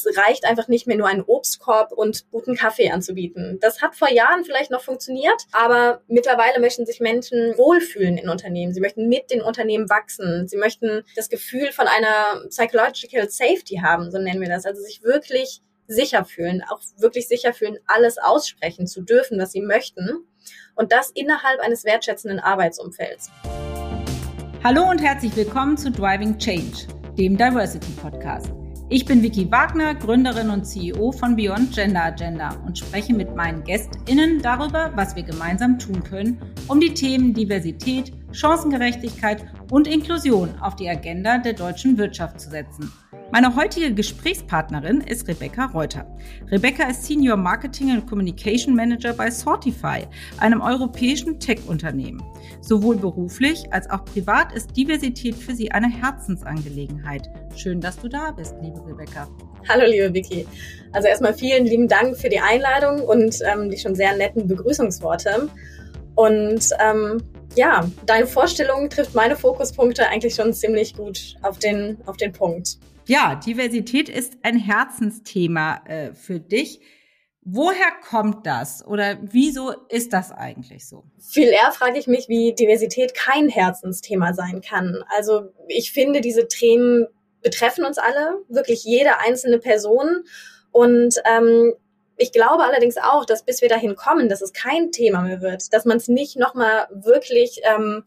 Es reicht einfach nicht mehr, nur einen Obstkorb und guten Kaffee anzubieten. Das hat vor Jahren vielleicht noch funktioniert, aber mittlerweile möchten sich Menschen wohlfühlen in Unternehmen. Sie möchten mit den Unternehmen wachsen. Sie möchten das Gefühl von einer Psychological Safety haben, so nennen wir das. Also sich wirklich sicher fühlen, auch wirklich sicher fühlen, alles aussprechen zu dürfen, was sie möchten. Und das innerhalb eines wertschätzenden Arbeitsumfelds. Hallo und herzlich willkommen zu Driving Change, dem Diversity Podcast. Ich bin Vicky Wagner, Gründerin und CEO von Beyond Gender Agenda und spreche mit meinen GästInnen darüber, was wir gemeinsam tun können, um die Themen Diversität, Chancengerechtigkeit und Inklusion auf die Agenda der deutschen Wirtschaft zu setzen. Meine heutige Gesprächspartnerin ist Rebecca Reuter. Rebecca ist Senior Marketing and Communication Manager bei Sortify, einem europäischen Tech-Unternehmen. Sowohl beruflich als auch privat ist Diversität für sie eine Herzensangelegenheit. Schön, dass du da bist, liebe Rebecca. Hallo, liebe Vicky. Also erstmal vielen lieben Dank für die Einladung und die schon sehr netten Begrüßungsworte. Und deine Vorstellung trifft meine Fokuspunkte eigentlich schon ziemlich gut auf den Punkt. Ja, Diversität ist ein Herzensthema für dich. Woher kommt das oder wieso ist das eigentlich so? Viel eher frage ich mich, wie Diversität kein Herzensthema sein kann. Also ich finde, diese Themen betreffen uns alle, wirklich jede einzelne Person. Und ich glaube allerdings auch, dass bis wir dahin kommen, dass es kein Thema mehr wird, dass man es nicht nochmal wirklich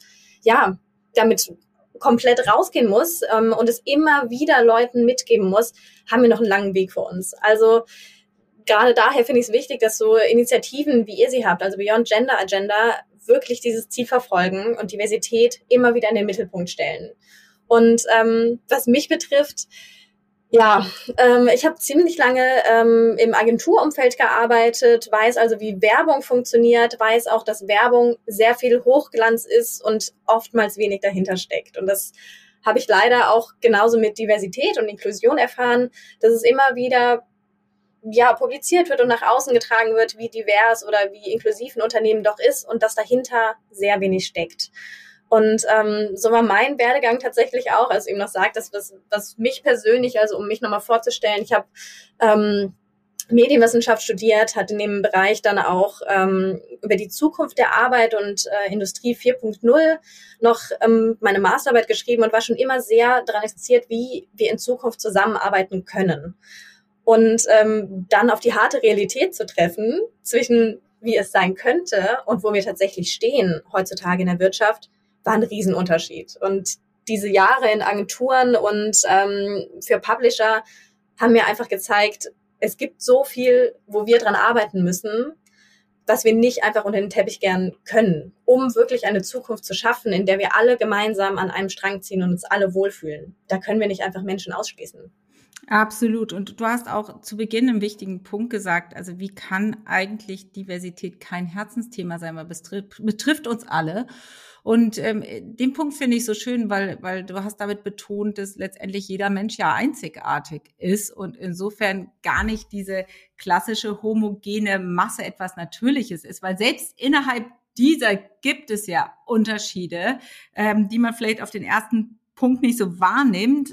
damit komplett rausgehen muss und es immer wieder Leuten mitgeben muss, haben wir noch einen langen Weg vor uns. Also gerade daher finde ich es wichtig, dass so Initiativen, wie ihr sie habt, also Beyond Gender Agenda, wirklich dieses Ziel verfolgen und Diversität immer wieder in den Mittelpunkt stellen. Und was mich betrifft, ich habe ziemlich lange im Agenturumfeld gearbeitet, weiß also, wie Werbung funktioniert, weiß auch, dass Werbung sehr viel Hochglanz ist und oftmals wenig dahinter steckt. Und das habe ich leider auch genauso mit Diversität und Inklusion erfahren, dass es immer wieder publiziert wird und nach außen getragen wird, wie divers oder wie inklusiv ein Unternehmen doch ist und dass dahinter sehr wenig steckt. Und so war mein Werdegang tatsächlich auch, also eben noch sagt, dass was mich persönlich, also um mich nochmal vorzustellen, ich habe Medienwissenschaft studiert, hatte in dem Bereich dann auch über die Zukunft der Arbeit und Industrie 4.0 noch meine Masterarbeit geschrieben und war schon immer sehr daran interessiert, wie wir in Zukunft zusammenarbeiten können. Und dann auf die harte Realität zu treffen zwischen wie es sein könnte und wo wir tatsächlich stehen heutzutage in der Wirtschaft, war ein Riesenunterschied. Und diese Jahre in Agenturen und für Publisher haben mir einfach gezeigt, es gibt so viel, wo wir dran arbeiten müssen, was wir nicht einfach unter den Teppich gern können, um wirklich eine Zukunft zu schaffen, in der wir alle gemeinsam an einem Strang ziehen und uns alle wohlfühlen. Da können wir nicht einfach Menschen ausschließen. Absolut. Und du hast auch zu Beginn einen wichtigen Punkt gesagt. Also wie kann eigentlich Diversität kein Herzensthema sein? Weil es betrifft uns alle. Und den Punkt finde ich so schön, weil du hast damit betont, dass letztendlich jeder Mensch ja einzigartig ist und insofern gar nicht diese klassische homogene Masse etwas Natürliches ist, weil selbst innerhalb dieser gibt es ja Unterschiede, die man vielleicht auf den ersten Punkt nicht so wahrnimmt,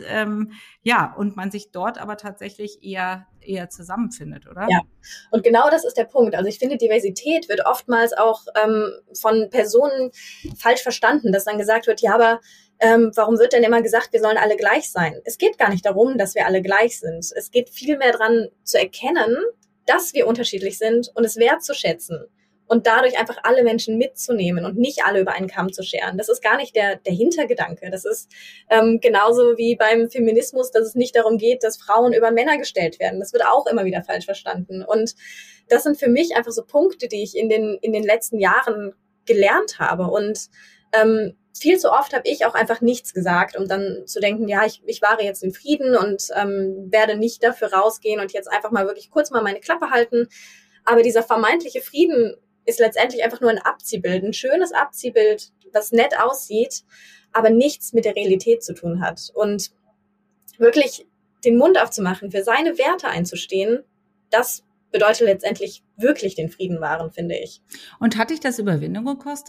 und man sich dort aber tatsächlich eher zusammenfindet, oder? Ja, und genau das ist der Punkt. Also ich finde, Diversität wird oftmals auch von Personen falsch verstanden, dass dann gesagt wird, ja, aber warum wird denn immer gesagt, wir sollen alle gleich sein? Es geht gar nicht darum, dass wir alle gleich sind. Es geht vielmehr daran zu erkennen, dass wir unterschiedlich sind und es wertzuschätzen. Und dadurch einfach alle Menschen mitzunehmen und nicht alle über einen Kamm zu scheren. Das ist gar nicht der Hintergedanke. Das ist genauso wie beim Feminismus, dass es nicht darum geht, dass Frauen über Männer gestellt werden. Das wird auch immer wieder falsch verstanden. Und das sind für mich einfach so Punkte, die ich in den letzten Jahren gelernt habe. Und viel zu oft habe ich auch einfach nichts gesagt, um dann zu denken, ja, ich wahre jetzt den Frieden und werde nicht dafür rausgehen und jetzt einfach mal wirklich kurz mal meine Klappe halten. Aber dieser vermeintliche Frieden ist letztendlich einfach nur ein Abziehbild, ein schönes Abziehbild, was nett aussieht, aber nichts mit der Realität zu tun hat. Und wirklich den Mund aufzumachen, für seine Werte einzustehen, das bedeutet letztendlich wirklich den Frieden wahren, finde ich. Und hat dich das Überwindung gekostet?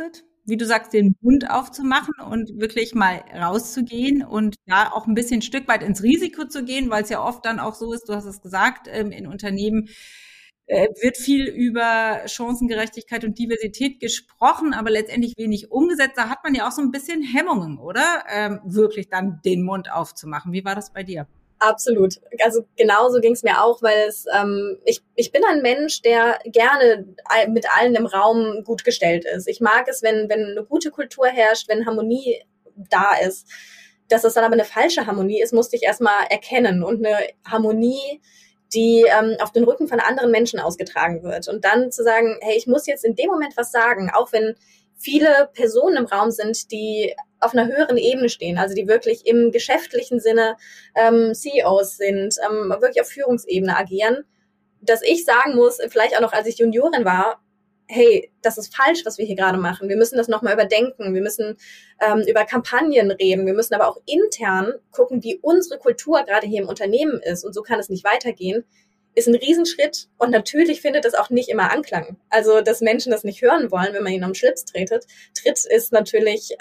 wie du sagst, den Mund aufzumachen und wirklich mal rauszugehen und da auch ein bisschen ein Stück weit ins Risiko zu gehen, weil es ja oft dann auch so ist, du hast es gesagt, in Unternehmen wird viel über Chancengerechtigkeit und Diversität gesprochen, aber letztendlich wenig umgesetzt. Da hat man ja auch so ein bisschen Hemmungen, oder? Wirklich dann den Mund aufzumachen. Wie war das bei dir? Absolut. Also genauso ging es mir auch, weil ich bin ein Mensch, der gerne mit allen im Raum gut gestellt ist. Ich mag es, wenn eine gute Kultur herrscht, wenn Harmonie da ist. Dass es dann aber eine falsche Harmonie ist, musste ich erstmal erkennen. Und eine Harmonie, die auf den Rücken von anderen Menschen ausgetragen wird. Und dann zu sagen, hey, ich muss jetzt in dem Moment was sagen, auch wenn viele Personen im Raum sind, die auf einer höheren Ebene stehen, also die wirklich im geschäftlichen Sinne CEOs sind, wirklich auf Führungsebene agieren, dass ich sagen muss, vielleicht auch noch als ich Juniorin war, hey, das ist falsch, was wir hier gerade machen. Wir müssen das nochmal überdenken. Wir müssen über Kampagnen reden. Wir müssen aber auch intern gucken, wie unsere Kultur gerade hier im Unternehmen ist. Und so kann es nicht weitergehen. Ist ein Riesenschritt. Und natürlich findet das auch nicht immer Anklang. Also, dass Menschen das nicht hören wollen, wenn man ihnen am Schlips tritt, ist natürlich,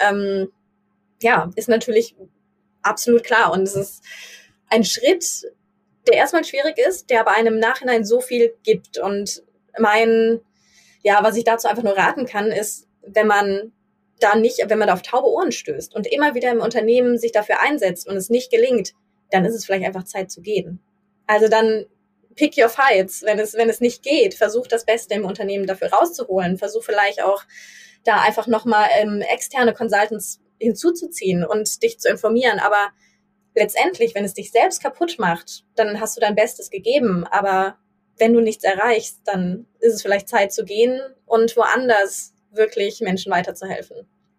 ist natürlich absolut klar. Und es ist ein Schritt, der erstmal schwierig ist, der aber einem im Nachhinein so viel gibt. Und was ich dazu einfach nur raten kann, ist, wenn man da auf taube Ohren stößt und immer wieder im Unternehmen sich dafür einsetzt und es nicht gelingt, dann ist es vielleicht einfach Zeit zu gehen. Also dann pick your fights. Wenn es nicht geht, versuch das Beste im Unternehmen dafür rauszuholen. Versuch vielleicht auch da einfach nochmal externe Consultants hinzuzuziehen und dich zu informieren. Aber letztendlich, wenn es dich selbst kaputt macht, dann hast du dein Bestes gegeben. Aber wenn du nichts erreichst, dann ist es vielleicht Zeit zu gehen und woanders wirklich Menschen weiterzuhelfen.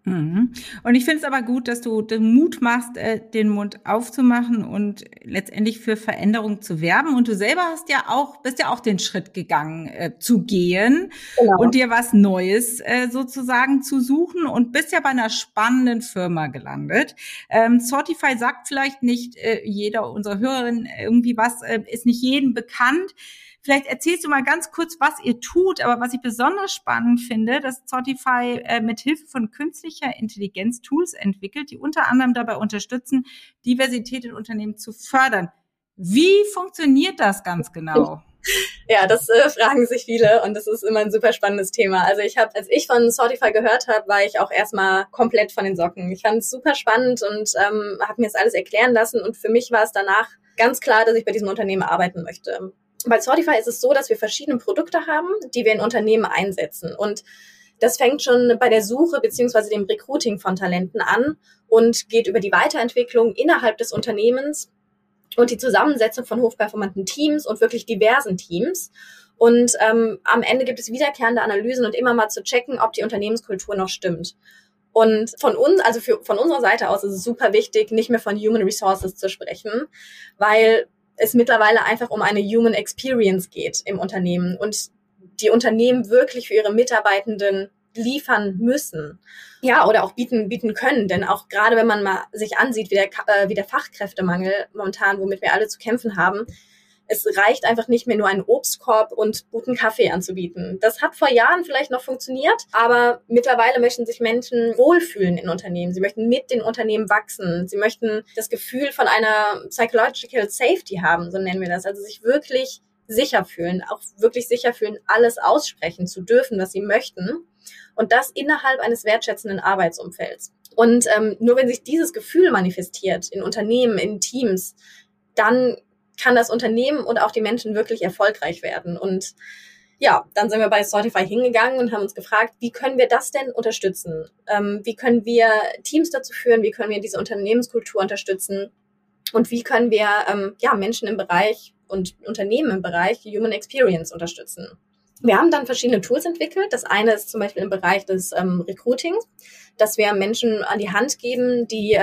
Und ich finde es aber gut, dass du den Mut machst, den Mund aufzumachen und letztendlich für Veränderung zu werben. Und du selber bist ja auch den Schritt gegangen, zu gehen, genau, und dir was Neues sozusagen zu suchen und bist ja bei einer spannenden Firma gelandet. Sortify sagt vielleicht nicht jeder unserer Hörerinnen irgendwie was, ist nicht jedem bekannt. Vielleicht erzählst du mal ganz kurz, was ihr tut, aber was ich besonders spannend finde, dass Sortify mit Hilfe von künstlicher Intelligenz Tools entwickelt, die unter anderem dabei unterstützen, Diversität in Unternehmen zu fördern. Wie funktioniert das ganz genau? Ja, das fragen sich viele und das ist immer ein super spannendes Thema. Also als ich von Sortify gehört habe, war ich auch erstmal komplett von den Socken. Ich fand es super spannend und habe mir das alles erklären lassen und für mich war es danach ganz klar, dass ich bei diesem Unternehmen arbeiten möchte. Bei Sortify ist es so, dass wir verschiedene Produkte haben, die wir in Unternehmen einsetzen. Und das fängt schon bei der Suche bzw. dem Recruiting von Talenten an und geht über die Weiterentwicklung innerhalb des Unternehmens und die Zusammensetzung von hochperformanten Teams und wirklich diversen Teams. Und am Ende gibt es wiederkehrende Analysen und immer mal zu checken, ob die Unternehmenskultur noch stimmt. Und von unserer Seite aus ist es super wichtig, nicht mehr von Human Resources zu sprechen, weil es mittlerweile einfach um eine Human Experience geht im Unternehmen und die Unternehmen wirklich für ihre Mitarbeitenden liefern müssen. Ja, oder auch bieten können, denn auch gerade wenn man mal sich ansieht, wie der Fachkräftemangel momentan, womit wir alle zu kämpfen haben, es reicht einfach nicht mehr, nur einen Obstkorb und guten Kaffee anzubieten. Das hat vor Jahren vielleicht noch funktioniert, aber mittlerweile möchten sich Menschen wohlfühlen in Unternehmen. Sie möchten mit den Unternehmen wachsen. Sie möchten das Gefühl von einer Psychological Safety haben, so nennen wir das. Also sich wirklich sicher fühlen, auch wirklich sicher fühlen, alles aussprechen zu dürfen, was sie möchten. Und das innerhalb eines wertschätzenden Arbeitsumfelds. Und nur wenn sich dieses Gefühl manifestiert in Unternehmen, in Teams, dann kann das Unternehmen und auch die Menschen wirklich erfolgreich werden. Und ja, dann sind wir bei Sortify hingegangen und haben uns gefragt, wie können wir das denn unterstützen? Wie können wir Teams dazu führen? Wie können wir diese Unternehmenskultur unterstützen? Und wie können wir Menschen im Bereich und Unternehmen im Bereich Human Experience unterstützen? Wir haben dann verschiedene Tools entwickelt. Das eine ist zum Beispiel im Bereich des Recruitings, dass wir Menschen an die Hand geben, die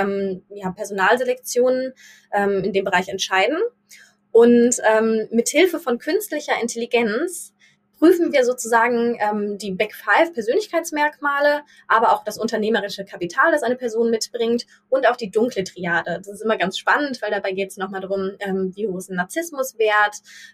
Personalselektionen in dem Bereich entscheiden. Und mit Hilfe von künstlicher Intelligenz prüfen wir sozusagen die Big Five Persönlichkeitsmerkmale, aber auch das unternehmerische Kapital, das eine Person mitbringt und auch die dunkle Triade. Das ist immer ganz spannend, weil dabei geht es nochmal darum, wie hoch ist ein Narzissmuswert,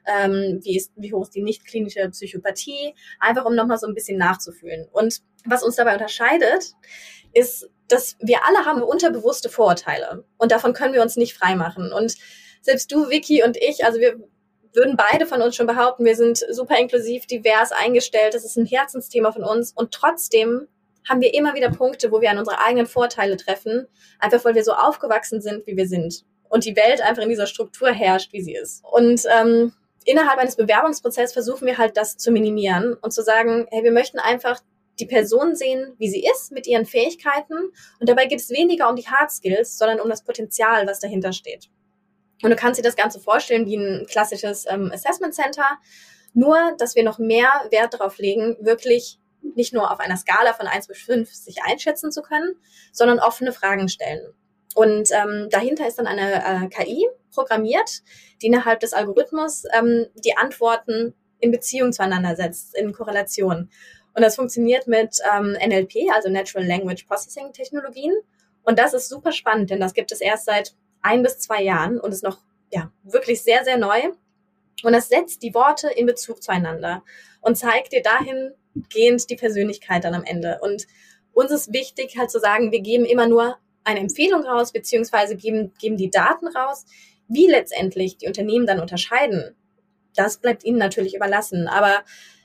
wie hoch ist die nicht-klinische Psychopathie, einfach um nochmal so ein bisschen nachzufühlen. Und was uns dabei unterscheidet, ist, dass wir alle haben unterbewusste Vorurteile und davon können wir uns nicht freimachen. Und selbst du, Vicky, und ich, also wir würden beide von uns schon behaupten, wir sind super inklusiv, divers eingestellt, das ist ein Herzensthema von uns und trotzdem haben wir immer wieder Punkte, wo wir an unsere eigenen Vorteile treffen, einfach weil wir so aufgewachsen sind, wie wir sind und die Welt einfach in dieser Struktur herrscht, wie sie ist. Und innerhalb eines Bewerbungsprozesses versuchen wir halt das zu minimieren und zu sagen, hey, wir möchten einfach die Person sehen, wie sie ist, mit ihren Fähigkeiten und dabei geht es weniger um die Hard Skills, sondern um das Potenzial, was dahinter steht. Und du kannst dir das Ganze vorstellen wie ein klassisches Assessment Center, nur dass wir noch mehr Wert darauf legen, wirklich nicht nur auf einer Skala von 1 bis 5 sich einschätzen zu können, sondern offene Fragen stellen. Und dahinter ist dann eine KI programmiert, die innerhalb des Algorithmus die Antworten in Beziehung zueinander setzt, in Korrelation. Und das funktioniert mit NLP, also Natural Language Processing Technologien. Und das ist super spannend, denn das gibt es erst seit 1 bis 2 Jahren und ist noch wirklich sehr, sehr neu. Und das setzt die Worte in Bezug zueinander und zeigt dir dahingehend die Persönlichkeit dann am Ende. Und uns ist wichtig halt zu sagen, wir geben immer nur eine Empfehlung raus, beziehungsweise geben die Daten raus. Wie letztendlich die Unternehmen dann unterscheiden, das bleibt ihnen natürlich überlassen. Aber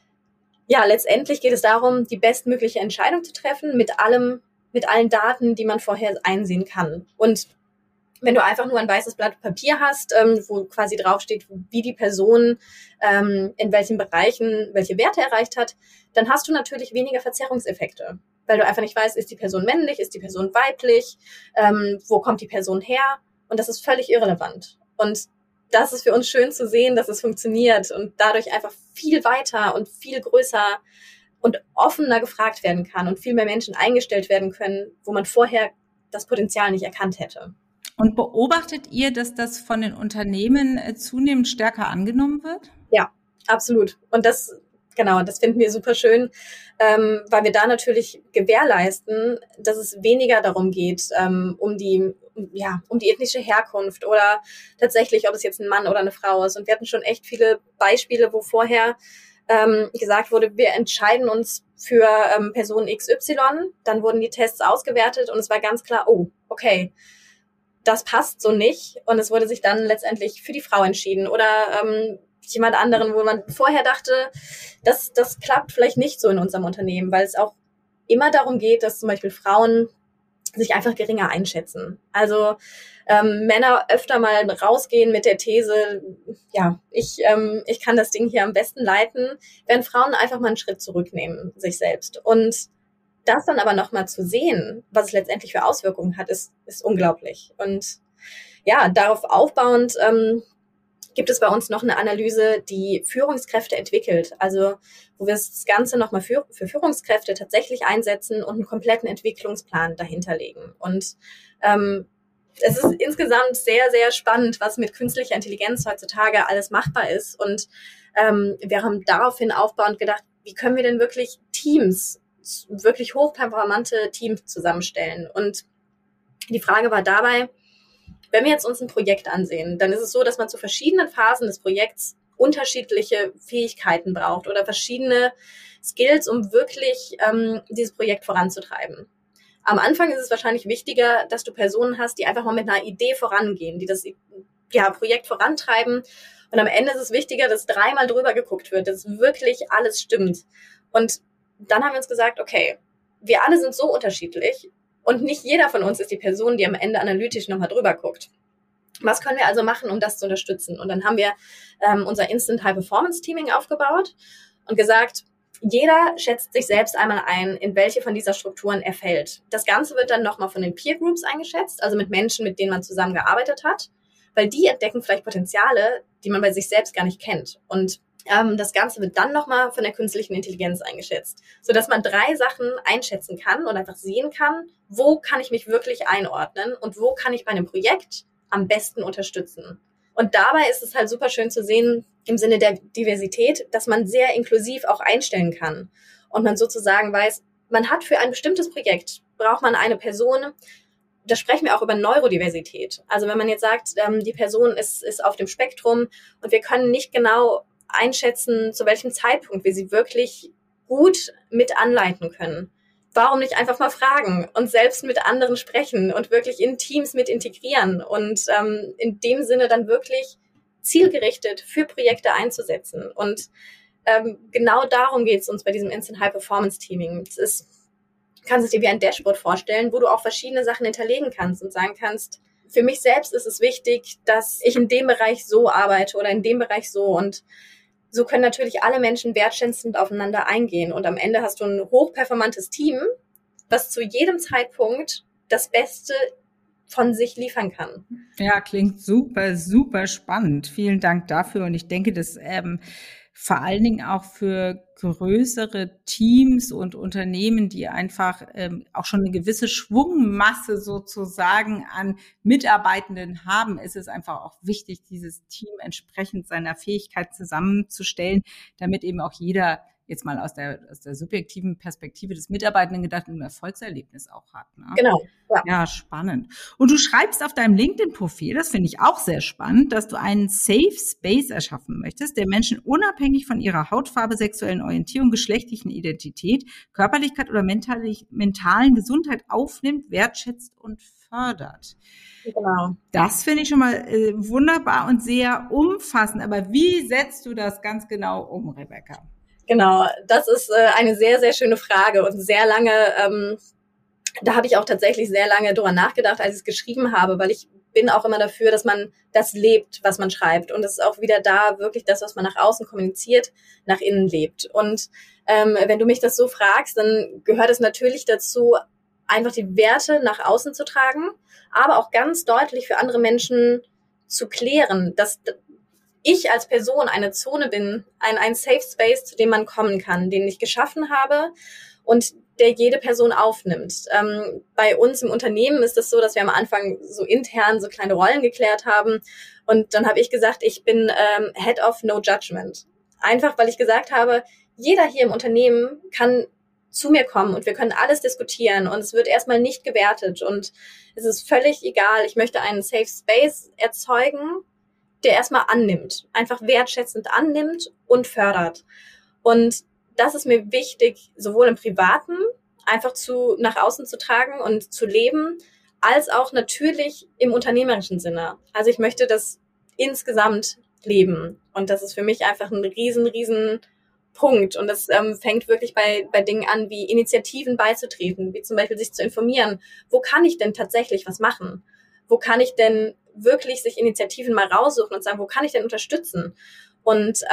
ja, letztendlich geht es darum, die bestmögliche Entscheidung zu treffen mit allen Daten, die man vorher einsehen kann. Und wenn du einfach nur ein weißes Blatt Papier hast, wo quasi draufsteht, wie die Person in welchen Bereichen welche Werte erreicht hat, dann hast du natürlich weniger Verzerrungseffekte, weil du einfach nicht weißt, ist die Person männlich, ist die Person weiblich, wo kommt die Person her? Und das ist völlig irrelevant. Und das ist für uns schön zu sehen, dass es funktioniert und dadurch einfach viel weiter und viel größer und offener gefragt werden kann und viel mehr Menschen eingestellt werden können, wo man vorher das Potenzial nicht erkannt hätte. Und beobachtet ihr, dass das von den Unternehmen zunehmend stärker angenommen wird? Ja, absolut. Und das finden wir super schön, weil wir da natürlich gewährleisten, dass es weniger darum geht, um die ethnische Herkunft oder tatsächlich, ob es jetzt ein Mann oder eine Frau ist. Und wir hatten schon echt viele Beispiele, wo vorher gesagt wurde, wir entscheiden uns für Person XY, dann wurden die Tests ausgewertet und es war ganz klar, oh, okay, das passt so nicht. Und es wurde sich dann letztendlich für die Frau entschieden oder jemand anderen, wo man vorher dachte, das klappt vielleicht nicht so in unserem Unternehmen, weil es auch immer darum geht, dass zum Beispiel Frauen sich einfach geringer einschätzen. Also Männer öfter mal rausgehen mit der These, ja, ich kann das Ding hier am besten leiten, während Frauen einfach mal einen Schritt zurücknehmen, sich selbst. Und das dann aber nochmal zu sehen, was es letztendlich für Auswirkungen hat, ist unglaublich. Und ja, darauf aufbauend gibt es bei uns noch eine Analyse, die Führungskräfte entwickelt. Also wo wir das Ganze nochmal für Führungskräfte tatsächlich einsetzen und einen kompletten Entwicklungsplan dahinterlegen. Und es ist insgesamt sehr, sehr spannend, was mit künstlicher Intelligenz heutzutage alles machbar ist. Und wir haben daraufhin aufbauend gedacht, wie können wir denn wirklich wirklich hochperformante Teams zusammenstellen? Und die Frage war dabei, wenn wir jetzt uns ein Projekt ansehen, dann ist es so, dass man zu verschiedenen Phasen des Projekts unterschiedliche Fähigkeiten braucht oder verschiedene Skills, um wirklich dieses Projekt voranzutreiben. Am Anfang ist es wahrscheinlich wichtiger, dass du Personen hast, die einfach mal mit einer Idee vorangehen, die das Projekt vorantreiben. Und am Ende ist es wichtiger, dass 3-mal drüber geguckt wird, dass wirklich alles stimmt. Und dann haben wir uns gesagt, okay, wir alle sind so unterschiedlich und nicht jeder von uns ist die Person, die am Ende analytisch nochmal drüber guckt. Was können wir also machen, um das zu unterstützen? Und dann haben wir unser Instant High Performance Teaming aufgebaut und gesagt, jeder schätzt sich selbst einmal ein, in welche von dieser Strukturen er fällt. Das Ganze wird dann nochmal von den Peer Groups eingeschätzt, also mit Menschen, mit denen man zusammengearbeitet hat, weil die entdecken vielleicht Potenziale, die man bei sich selbst gar nicht kennt. Und das Ganze wird dann nochmal von der künstlichen Intelligenz eingeschätzt, sodass man 3 Sachen einschätzen kann und einfach sehen kann, wo kann ich mich wirklich einordnen und wo kann ich bei einem Projekt am besten unterstützen. Und dabei ist es halt super schön zu sehen, im Sinne der Diversität, dass man sehr inklusiv auch einstellen kann. Und man sozusagen weiß, man hat für ein bestimmtes Projekt, braucht man eine Person, da sprechen wir auch über Neurodiversität. Also wenn man jetzt sagt, die Person ist auf dem Spektrum und wir können nicht genau einschätzen, zu welchem Zeitpunkt wir sie wirklich gut mit anleiten können. Warum nicht einfach mal fragen und selbst mit anderen sprechen und wirklich in Teams mit integrieren und in dem Sinne dann wirklich zielgerichtet für Projekte einzusetzen. Und genau darum geht es uns bei diesem Instant High Performance Teaming. Kannst es dir wie ein Dashboard vorstellen, wo du auch verschiedene Sachen hinterlegen kannst und sagen kannst, für mich selbst ist es wichtig, dass ich in dem Bereich so arbeite oder in dem Bereich so. Und so können natürlich alle Menschen wertschätzend aufeinander eingehen. Und am Ende hast du ein hochperformantes Team, was zu jedem Zeitpunkt das Beste von sich liefern kann. Ja, klingt super, super spannend. Vielen Dank dafür. Und ich denke, dass vor allen Dingen auch für größere Teams und Unternehmen, die einfach auch schon eine gewisse Schwungmasse sozusagen an Mitarbeitenden haben, ist es einfach auch wichtig, dieses Team entsprechend seiner Fähigkeit zusammenzustellen, damit eben auch jeder jetzt mal aus der subjektiven Perspektive des Mitarbeitenden gedacht ein Erfolgserlebnis auch hat. Ne? Genau. Ja, spannend. Und du schreibst auf deinem LinkedIn-Profil, das finde ich auch sehr spannend, dass du einen Safe Space erschaffen möchtest, der Menschen unabhängig von ihrer Hautfarbe, sexuellen Orientierung, geschlechtlichen Identität, Körperlichkeit oder mentalen Gesundheit aufnimmt, wertschätzt und fördert. Genau. Das finde ich schon mal wunderbar und sehr umfassend. Aber wie setzt du das ganz genau um, Rebecca? Genau, das ist eine sehr, sehr schöne Frage und sehr lange, da habe ich auch tatsächlich sehr lange drüber nachgedacht, als ich es geschrieben habe, weil ich bin auch immer dafür, dass man das lebt, was man schreibt. Und es ist auch wieder da wirklich das, was man nach außen kommuniziert, nach innen lebt. Und wenn du mich das so fragst, dann gehört es natürlich dazu, einfach die Werte nach außen zu tragen, aber auch ganz deutlich für andere Menschen zu klären, dass ich als Person eine Zone bin, ein Safe Space, zu dem man kommen kann, den ich geschaffen habe und der jede Person aufnimmt. Bei uns im Unternehmen ist es so, dass wir am Anfang so intern so kleine Rollen geklärt haben und dann habe ich gesagt, ich bin Head of No Judgment. Einfach, weil ich gesagt habe, jeder hier im Unternehmen kann zu mir kommen und wir können alles diskutieren und es wird erstmal nicht gewertet und es ist völlig egal. Ich möchte einen Safe Space erzeugen, der erstmal annimmt, einfach wertschätzend annimmt und fördert. Und das ist mir wichtig, sowohl im Privaten einfach nach außen zu tragen und zu leben, als auch natürlich im unternehmerischen Sinne. Also ich möchte das insgesamt leben. Und das ist für mich einfach ein riesen Punkt. Und das fängt wirklich bei Dingen an, wie Initiativen beizutreten, wie zum Beispiel sich zu informieren. Wo kann ich denn tatsächlich was machen? Wo kann ich denn wirklich sich Initiativen mal raussuchen und sagen, wo kann ich denn unterstützen? Und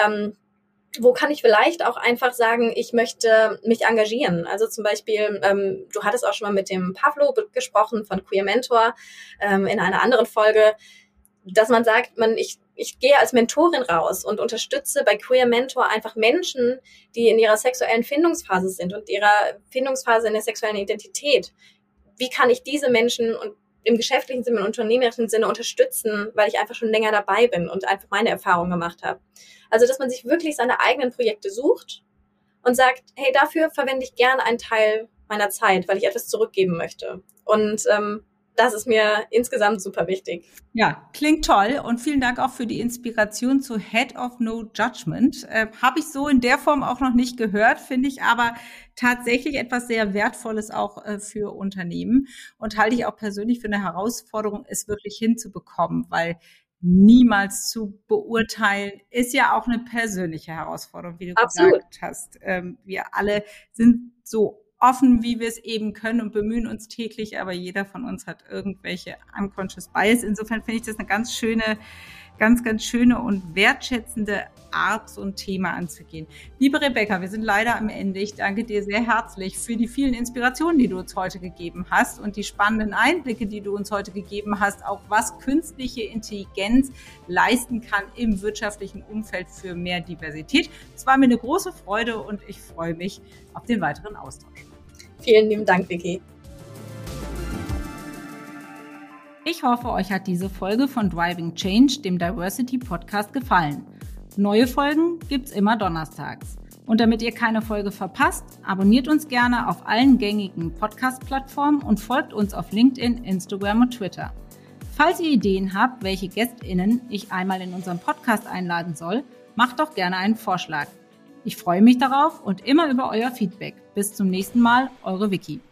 wo kann ich vielleicht auch einfach sagen, ich möchte mich engagieren? Also zum Beispiel, du hattest auch schon mal mit dem Pavlo gesprochen von Queer Mentor in einer anderen Folge, dass man sagt, ich gehe als Mentorin raus und unterstütze bei Queer Mentor einfach Menschen, die in ihrer sexuellen Findungsphase sind und ihrer Findungsphase in der sexuellen Identität. Wie kann ich diese Menschen und im geschäftlichen Sinne, im unternehmerischen Sinne unterstützen, weil ich einfach schon länger dabei bin und einfach meine Erfahrungen gemacht habe. Also, dass man sich wirklich seine eigenen Projekte sucht und sagt, hey, dafür verwende ich gerne einen Teil meiner Zeit, weil ich etwas zurückgeben möchte. Und das ist mir insgesamt super wichtig. Ja, klingt toll und vielen Dank auch für die Inspiration zu Head of No Judgment. Habe ich so in der Form auch noch nicht gehört, finde ich aber tatsächlich etwas sehr Wertvolles auch für Unternehmen und halte ich auch persönlich für eine Herausforderung, es wirklich hinzubekommen, weil niemals zu beurteilen ist ja auch eine persönliche Herausforderung, wie du gesagt hast. Wir alle sind so offen, wie wir es eben können und bemühen uns täglich, aber jeder von uns hat irgendwelche unconscious bias. Insofern finde ich das eine ganz schöne und wertschätzende Art, so ein Thema anzugehen. Liebe Rebecca, wir sind leider am Ende. Ich danke dir sehr herzlich für die vielen Inspirationen, die du uns heute gegeben hast und die spannenden Einblicke, die du uns heute gegeben hast, auch was künstliche Intelligenz leisten kann im wirtschaftlichen Umfeld für mehr Diversität. Es war mir eine große Freude und ich freue mich auf den weiteren Austausch. Vielen lieben Dank, Vicky. Ich hoffe, euch hat diese Folge von Driving Change, dem Diversity Podcast, gefallen. Neue Folgen gibt's immer donnerstags. Und damit ihr keine Folge verpasst, abonniert uns gerne auf allen gängigen Podcast-Plattformen und folgt uns auf LinkedIn, Instagram und Twitter. Falls ihr Ideen habt, welche GästInnen ich einmal in unseren Podcast einladen soll, macht doch gerne einen Vorschlag. Ich freue mich darauf und immer über euer Feedback. Bis zum nächsten Mal, eure Vicky.